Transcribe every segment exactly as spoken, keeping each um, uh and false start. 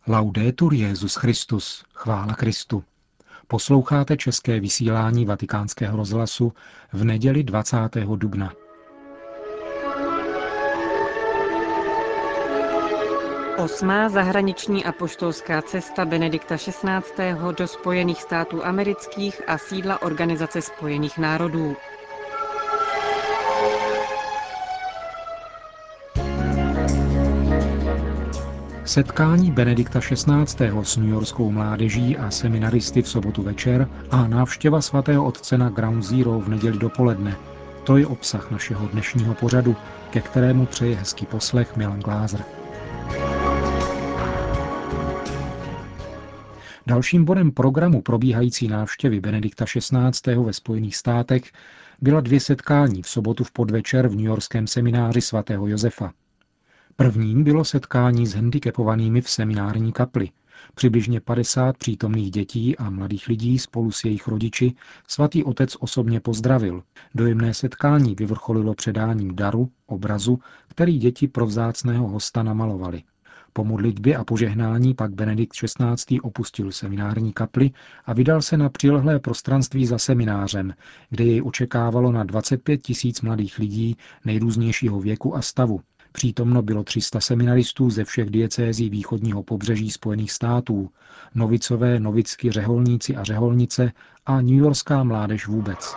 Laudetur Jesus Christus, chvála Kristu. Posloucháte české vysílání Vatikánského rozhlasu v neděli dvacátého dubna. Osmá zahraniční apoštolská cesta Benedikta šestnáctého. do Spojených států amerických a sídla Organizace spojených národů. Setkání Benedikta šestnáctého. s newyorskou mládeží a seminaristy v sobotu večer a návštěva svatého otce na Ground Zero v neděli dopoledne. To je obsah našeho dnešního pořadu, ke kterému přeje hezký poslech Milan Glázer. Dalším bodem programu probíhající návštěvy Benedikta šestnáctého. ve Spojených státech byla dvě setkání v sobotu v podvečer v newyorském semináři svatého Josefa. Prvním bylo setkání s handicapovanými v seminární kapli. Přibližně padesát přítomných dětí a mladých lidí spolu s jejich rodiči svatý otec osobně pozdravil. Dojemné setkání vyvrcholilo předáním daru, obrazu, který děti pro vzácného hosta namalovali. Po modlitbě a požehnání pak Benedikt šestnáctý. opustil seminární kapli a vydal se na přilehlé prostranství za seminářem, kde jej očekávalo na dvacet pět tisíc mladých lidí nejrůznějšího věku a stavu. Přítomno bylo tři sta seminaristů ze všech diecézí východního pobřeží Spojených států, novicové, novicky, řeholníci a řeholnice a newyorská mládež vůbec.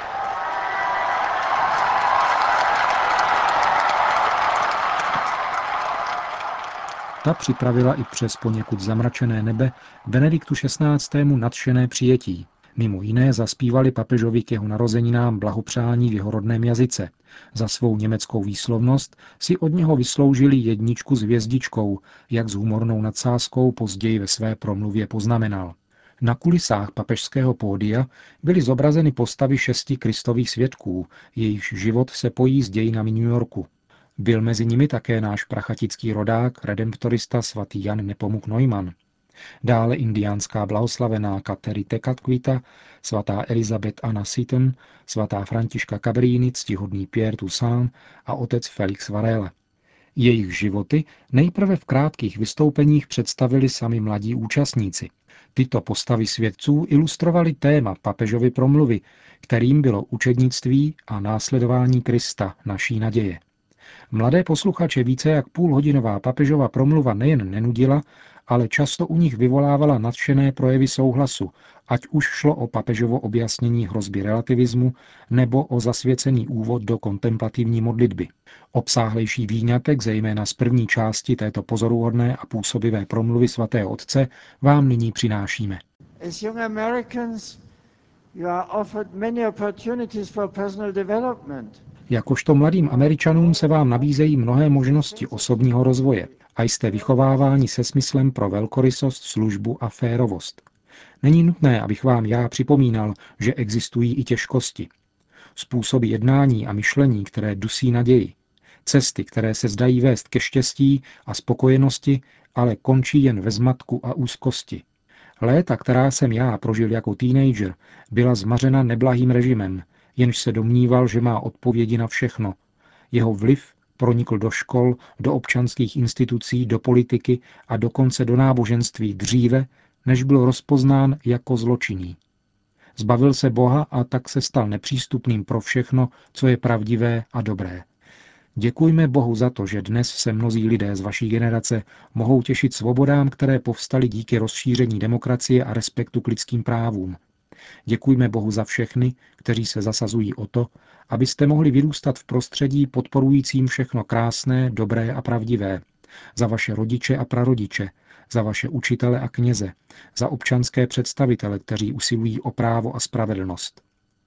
Ta připravila i přes poněkud zamračené nebe Benediktu šestnáctému. nadšené přijetí. Mimo jiné zaspívali papežovi k jeho narozeninám blahopřání v jeho rodném jazyce. Za svou německou výslovnost si od něho vysloužili jedničku s hvězdičkou, jak s humornou nadsázkou později ve své promluvě poznamenal. Na kulisách papežského pódia byly zobrazeny postavy šesti kristových svědků, jejichž život se pojí s dějinami New Yorku. Byl mezi nimi také náš prachatický rodák, redemptorista svatý Jan Nepomuk Neumann. Dále indiánská blahoslavená Kateri Tekakwita, svatá Elizabeth Anna Seton, svatá Františka Cabrini, ctihodný Pierre Toussaint a otec Felix Varela. Jejich životy nejprve v krátkých vystoupeních představili sami mladí účastníci. Tyto postavy svědců ilustrovaly téma papežovy promluvy, kterým bylo učednictví a následování Krista, naší naděje. Mladé posluchače více jak půlhodinová papežova promluva nejen nenudila, ale často u nich vyvolávala nadšené projevy souhlasu, ať už šlo o papežovo objasnění hrozby relativismu nebo o zasvěcený úvod do kontemplativní modlitby. Obsáhlejší výňatek, zejména z první části této pozoruhodné a působivé promluvy svatého otce, vám nyní přinášíme. As young Americans, you are offered many opportunities for personal development. Jakožto mladým Američanům se vám nabízejí mnohé možnosti osobního rozvoje a jste vychováváni se smyslem pro velkorysost, službu a férovost. Není nutné, abych vám já připomínal, že existují i těžkosti. Způsoby jednání a myšlení, které dusí naději. Cesty, které se zdají vést ke štěstí a spokojenosti, ale končí jen ve zmatku a úzkosti. Léta, která jsem já prožil jako teenager, byla zmařena neblahým režimem, jenž se domníval, že má odpovědi na všechno. Jeho vliv pronikl do škol, do občanských institucí, do politiky a dokonce do náboženství dříve, než byl rozpoznán jako zločinný. Zbavil se Boha a tak se stal nepřístupným pro všechno, co je pravdivé a dobré. Děkujme Bohu za to, že dnes se mnozí lidé z vaší generace mohou těšit svobodám, které povstaly díky rozšíření demokracie a respektu k lidským právům. Děkujme Bohu za všechny, kteří se zasazují o to, abyste mohli vyrůstat v prostředí podporujícím všechno krásné, dobré a pravdivé. Za vaše rodiče a prarodiče, za vaše učitele a kněze, za občanské představitele, kteří usilují o právo a spravedlnost.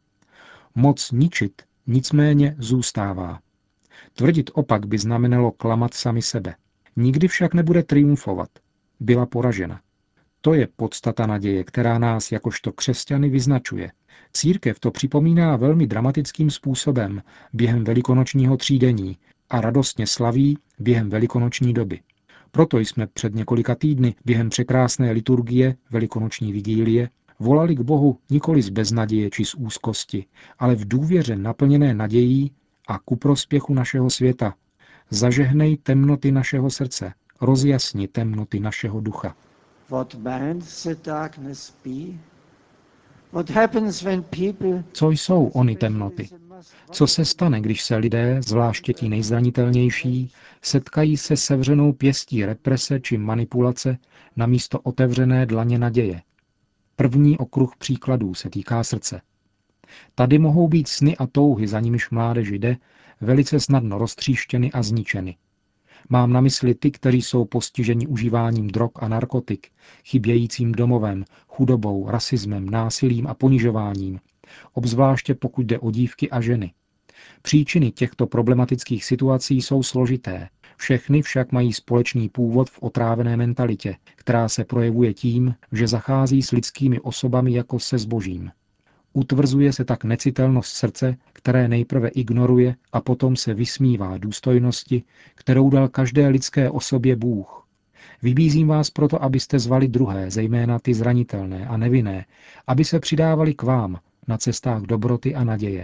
Moc ničit nicméně zůstává. Tvrdit opak by znamenalo klamat sami sebe. Nikdy však nebude triumfovat. Byla poražena. To je podstata naděje, která nás jakožto křesťany vyznačuje. Církev to připomíná velmi dramatickým způsobem během velikonočního třídení a radostně slaví během velikonoční doby. Proto jsme před několika týdny během překrásné liturgie velikonoční vigílie volali k Bohu nikoli z beznaděje či z úzkosti, ale v důvěře naplněné nadějí a ku prospěchu našeho světa. Zažehnej temnoty našeho srdce rozjasni temnoty našeho ducha. What might the darkness be? What happens when people... Co jsou ony temnoty? Co se stane, když se lidé, zvláště ti nejzranitelnější, setkají se sevřenou pěstí represe či manipulace namísto otevřené dlaně naděje? První okruh příkladů se týká srdce. Tady mohou být sny a touhy, za nimiž mládež jde, velice snadno roztříštěny a zničeny. Mám na mysli ty, kteří jsou postiženi užíváním drog a narkotik, chybějícím domovem, chudobou, rasismem, násilím a ponižováním, obzvláště pokud jde o dívky a ženy. Příčiny těchto problematických situací jsou složité. Všechny však mají společný původ v otrávené mentalitě, která se projevuje tím, že zachází s lidskými osobami jako se zbožím. Utvrzuje se tak necitelnost srdce, které nejprve ignoruje a potom se vysmívá důstojnosti, kterou dal každé lidské osobě Bůh. Vybízím vás proto, abyste zvali druhé, zejména ty zranitelné a nevinné, aby se přidávali k vám na cestách dobroty a naděje.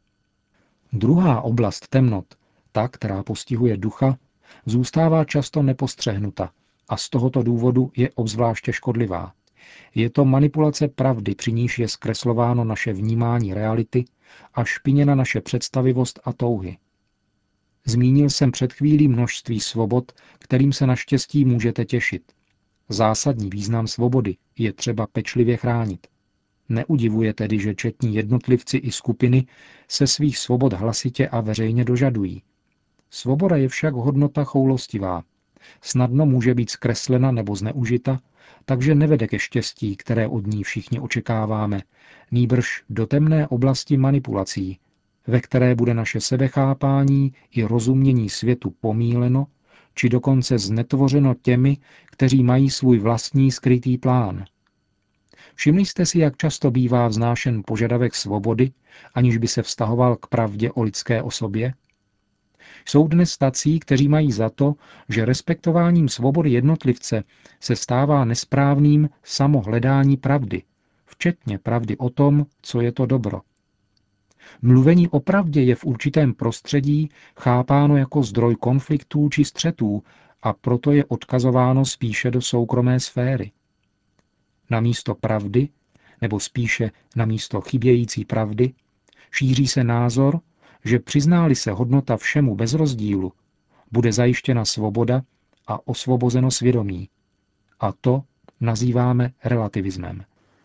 Druhá oblast temnot, ta, která postihuje ducha, zůstává často nepostřehnuta a z tohoto důvodu je obzvláště škodlivá. Je to manipulace pravdy, při níž je zkreslováno naše vnímání reality a špiněna naše představivost a touhy. Zmínil jsem před chvílí množství svobod, kterým se naštěstí můžete těšit. Zásadní význam svobody je třeba pečlivě chránit. Neudivuje tedy, že četní jednotlivci i skupiny se svých svobod hlasitě a veřejně dožadují. Svoboda je však hodnota choulostivá. Snadno může být zkreslena nebo zneužita, takže nevede ke štěstí, které od ní všichni očekáváme, nýbrž do temné oblasti manipulací, ve které bude naše sebechápání i rozumění světu pomíleno, či dokonce znetvořeno těmi, kteří mají svůj vlastní skrytý plán. Všimli jste si, jak často bývá vznášen požadavek svobody, aniž by se vztahoval k pravdě o lidské osobě? Jsou dnes tací, kteří mají za to, že respektováním svobody jednotlivce se stává nesprávným samohledání pravdy, včetně pravdy o tom, co je to dobro. Mluvení o pravdě je v určitém prostředí chápáno jako zdroj konfliktů či střetů a proto je odkazováno spíše do soukromé sféry. Namísto pravdy, nebo spíše namísto chybějící pravdy, šíří se názor, že přizná-li se hodnota všemu bez rozdílu, bude zajištěna svoboda a osvobozeno svědomí. A to nazýváme relativismem.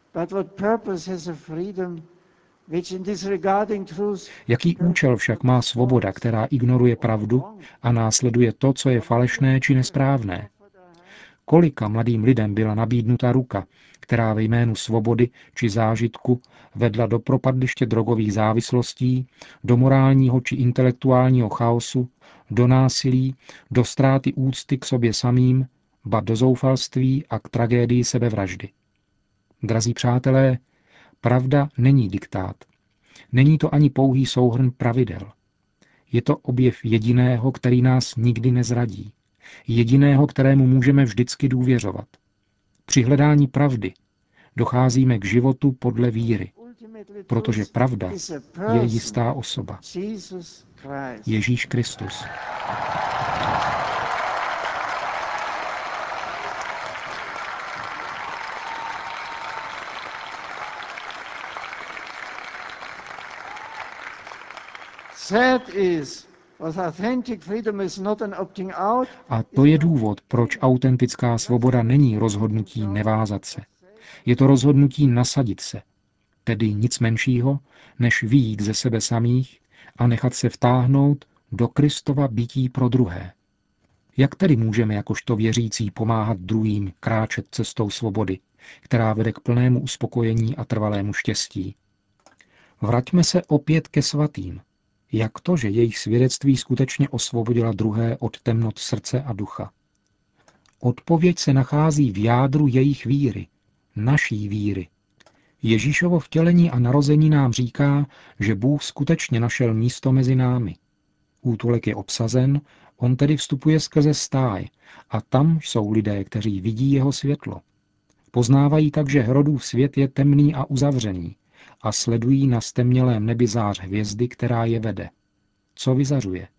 Jaký účel však má svoboda, která ignoruje pravdu a následuje to, co je falešné či nesprávné? Kolika mladým lidem byla nabídnuta ruka, která ve jménu svobody či zážitku vedla do propadliště drogových závislostí, do morálního či intelektuálního chaosu, do násilí, do ztráty úcty k sobě samým, ba do zoufalství a k tragédii sebevraždy. Drazí přátelé, pravda není diktát. Není to ani pouhý souhrn pravidel. Je to objev jediného, který nás nikdy nezradí. Jediného, kterému můžeme vždycky důvěřovat. Při hledání pravdy docházíme k životu podle víry, protože pravda je jistá osoba. Ježíš Kristus. A to je důvod, proč autentická svoboda není rozhodnutí nevázat se. Je to rozhodnutí nasadit se, tedy nic menšího, než vyjít ze sebe samých a nechat se vtáhnout do Kristova bytí pro druhé. Jak tedy můžeme jakožto věřící pomáhat druhým kráčet cestou svobody, která vede k plnému uspokojení a trvalému štěstí? Vraťme se opět ke svatým. Jak to, že jejich svědectví skutečně osvobodila druhé od temnot srdce a ducha? Odpověď se nachází v jádru jejich víry, naší víry. Ježíšovo vtělení a narození nám říká, že Bůh skutečně našel místo mezi námi. Útulek je obsazen, on tedy vstupuje skrze stáj a tam jsou lidé, kteří vidí jeho světlo. Poznávají tak, že Herodův svět je temný a uzavřený a sledují na stemnělém nebi zář hvězdy, která je vede. Co vyzařuje?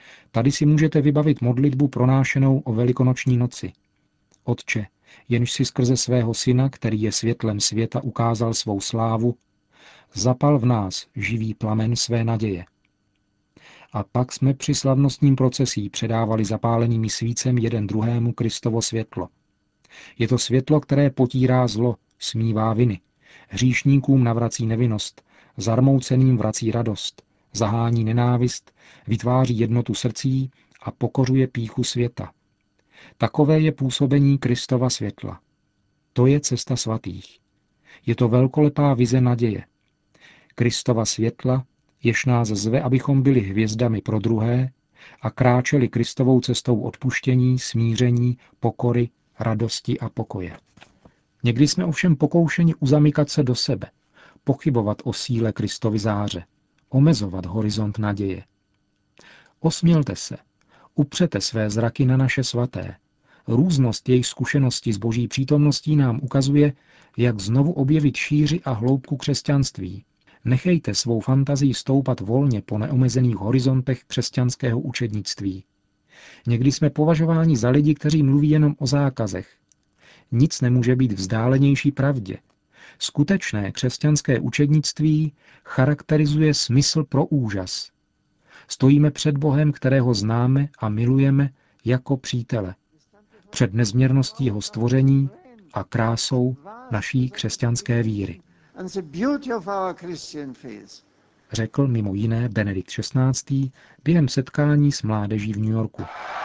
Tady si můžete vybavit modlitbu pronášenou o velikonoční noci. Otče, jenž si skrze svého syna, který je světlem světa, ukázal svou slávu, zapal v nás živý plamen své naděje. A pak jsme při slavnostním procesí předávali zapálenými svícem jeden druhému Kristovo světlo. Je to světlo, které potírá zlo, smívá viny, hříšníkům navrací nevinnost, zarmouceným vrací radost, zahání nenávist, vytváří jednotu srdcí a pokořuje pýchu světa. Takové je působení Kristova světla. To je cesta svatých. Je to velkolepá vize naděje. Kristova světla, jež nás zve, abychom byli hvězdami pro druhé a kráčeli Kristovou cestou odpuštění, smíření, pokory, radosti a pokoje. Někdy jsme ovšem pokoušeni uzamykat se do sebe, pochybovat o síle Kristovy záře, omezovat horizont naděje. Osmělte se, upřete své zraky na naše svaté. Různost jejich zkušeností s boží přítomností nám ukazuje, jak znovu objevit šíři a hloubku křesťanství. Nechejte svou fantazii stoupat volně po neomezených horizontech křesťanského učednictví. Někdy jsme považováni za lidi, kteří mluví jenom o zákazech. Nic nemůže být vzdálenější pravdě. Skutečné křesťanské učednictví charakterizuje smysl pro úžas. Stojíme před Bohem, kterého známe a milujeme jako přítele. Před nezměrností jeho stvoření a krásou naší křesťanské víry. Řekl mimo jiné Benedikt šestnáctý. během setkání s mládeží v New Yorku.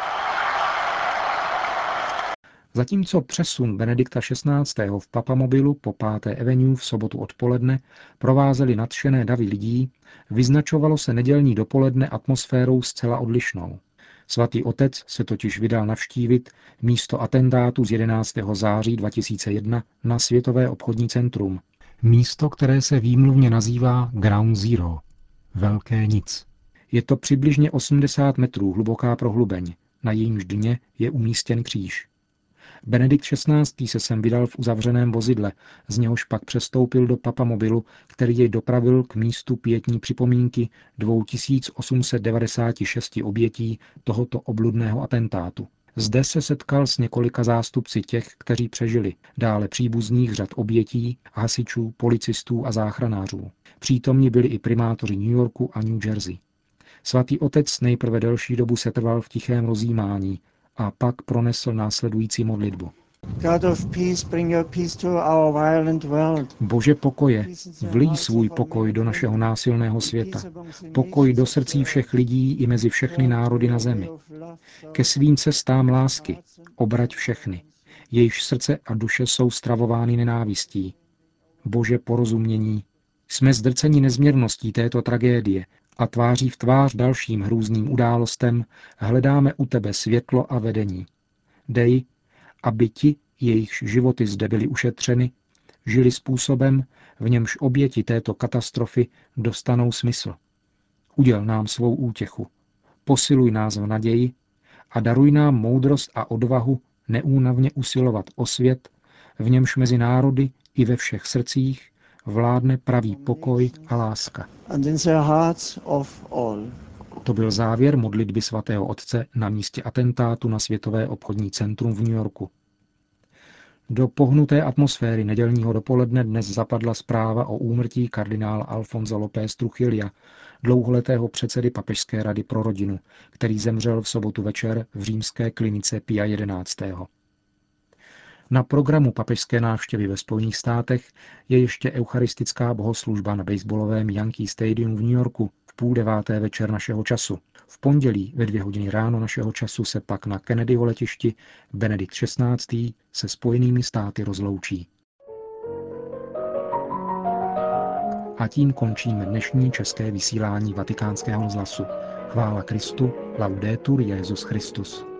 Zatímco přesun Benedikta šestnáctého. v papamobilu po páté Avenue v sobotu odpoledne provázely nadšené davy lidí, vyznačovalo se nedělní dopoledne atmosférou zcela odlišnou. Svatý otec se totiž vydal navštívit místo atentátu z jedenáctého září dva tisíce jedna na Světové obchodní centrum. Místo, které se výmluvně nazývá Ground Zero, velké nic. Je to přibližně osmdesát metrů hluboká prohlubeň, na jejímž dně je umístěn kříž. Benedikt šestnáctý. se sem vydal v uzavřeném vozidle, z něhož pak přestoupil do papamobilu, který jej dopravil k místu pietní připomínky dva tisíce osm set devadesát šest obětí tohoto obludného atentátu. Zde se setkal s několika zástupci těch, kteří přežili, dále příbuzných řad obětí, hasičů, policistů a záchranářů. Přítomni byli i primátoři New Yorku a New Jersey. Svatý otec nejprve delší dobu setrval v tichém rozjímání a pak pronesl následující modlitbu. Bože pokoje, vlij svůj pokoj do našeho násilného světa, pokoj do srdcí všech lidí i mezi všechny národy na zemi. Ke svým cestám lásky obrať všechny, jejichž srdce a duše jsou stravovány nenávistí. Bože porozumění, jsme zdrceni nezměrností této tragédie a tváří v tvář dalším hrůzným událostem hledáme u tebe světlo a vedení. Dej, aby ti, jejichž životy zde byly ušetřeny, žili způsobem, v němž oběti této katastrofy dostanou smysl. Uděl nám svou útěchu, posiluj nás v naději a daruj nám moudrost a odvahu neúnavně usilovat o svět, v němž mezi národy i ve všech srdcích vládne pravý pokoj a láska. To byl závěr modlitby svatého otce na místě atentátu na Světové obchodní centrum v New Yorku. Do pohnuté atmosféry nedělního dopoledne dnes zapadla zpráva o úmrtí kardinála Alfonsa López Trujilla, dlouholetého předsedy Papežské rady pro rodinu, který zemřel v sobotu večer v římské klinice Pia jedenáctého. Na programu papežské návštěvy ve Spojených státech je ještě eucharistická bohoslužba na baseballovém Yankee Stadium v New Yorku v půl deváté večer našeho času. V pondělí ve dvě hodiny ráno našeho času se pak na Kennedyho letišti Benedikt šestnáctý. se Spojenými státy rozloučí. A tím končíme dnešní české vysílání Vatikánského rozhlasu. Chvála Kristu, laudetur Jesus Christus.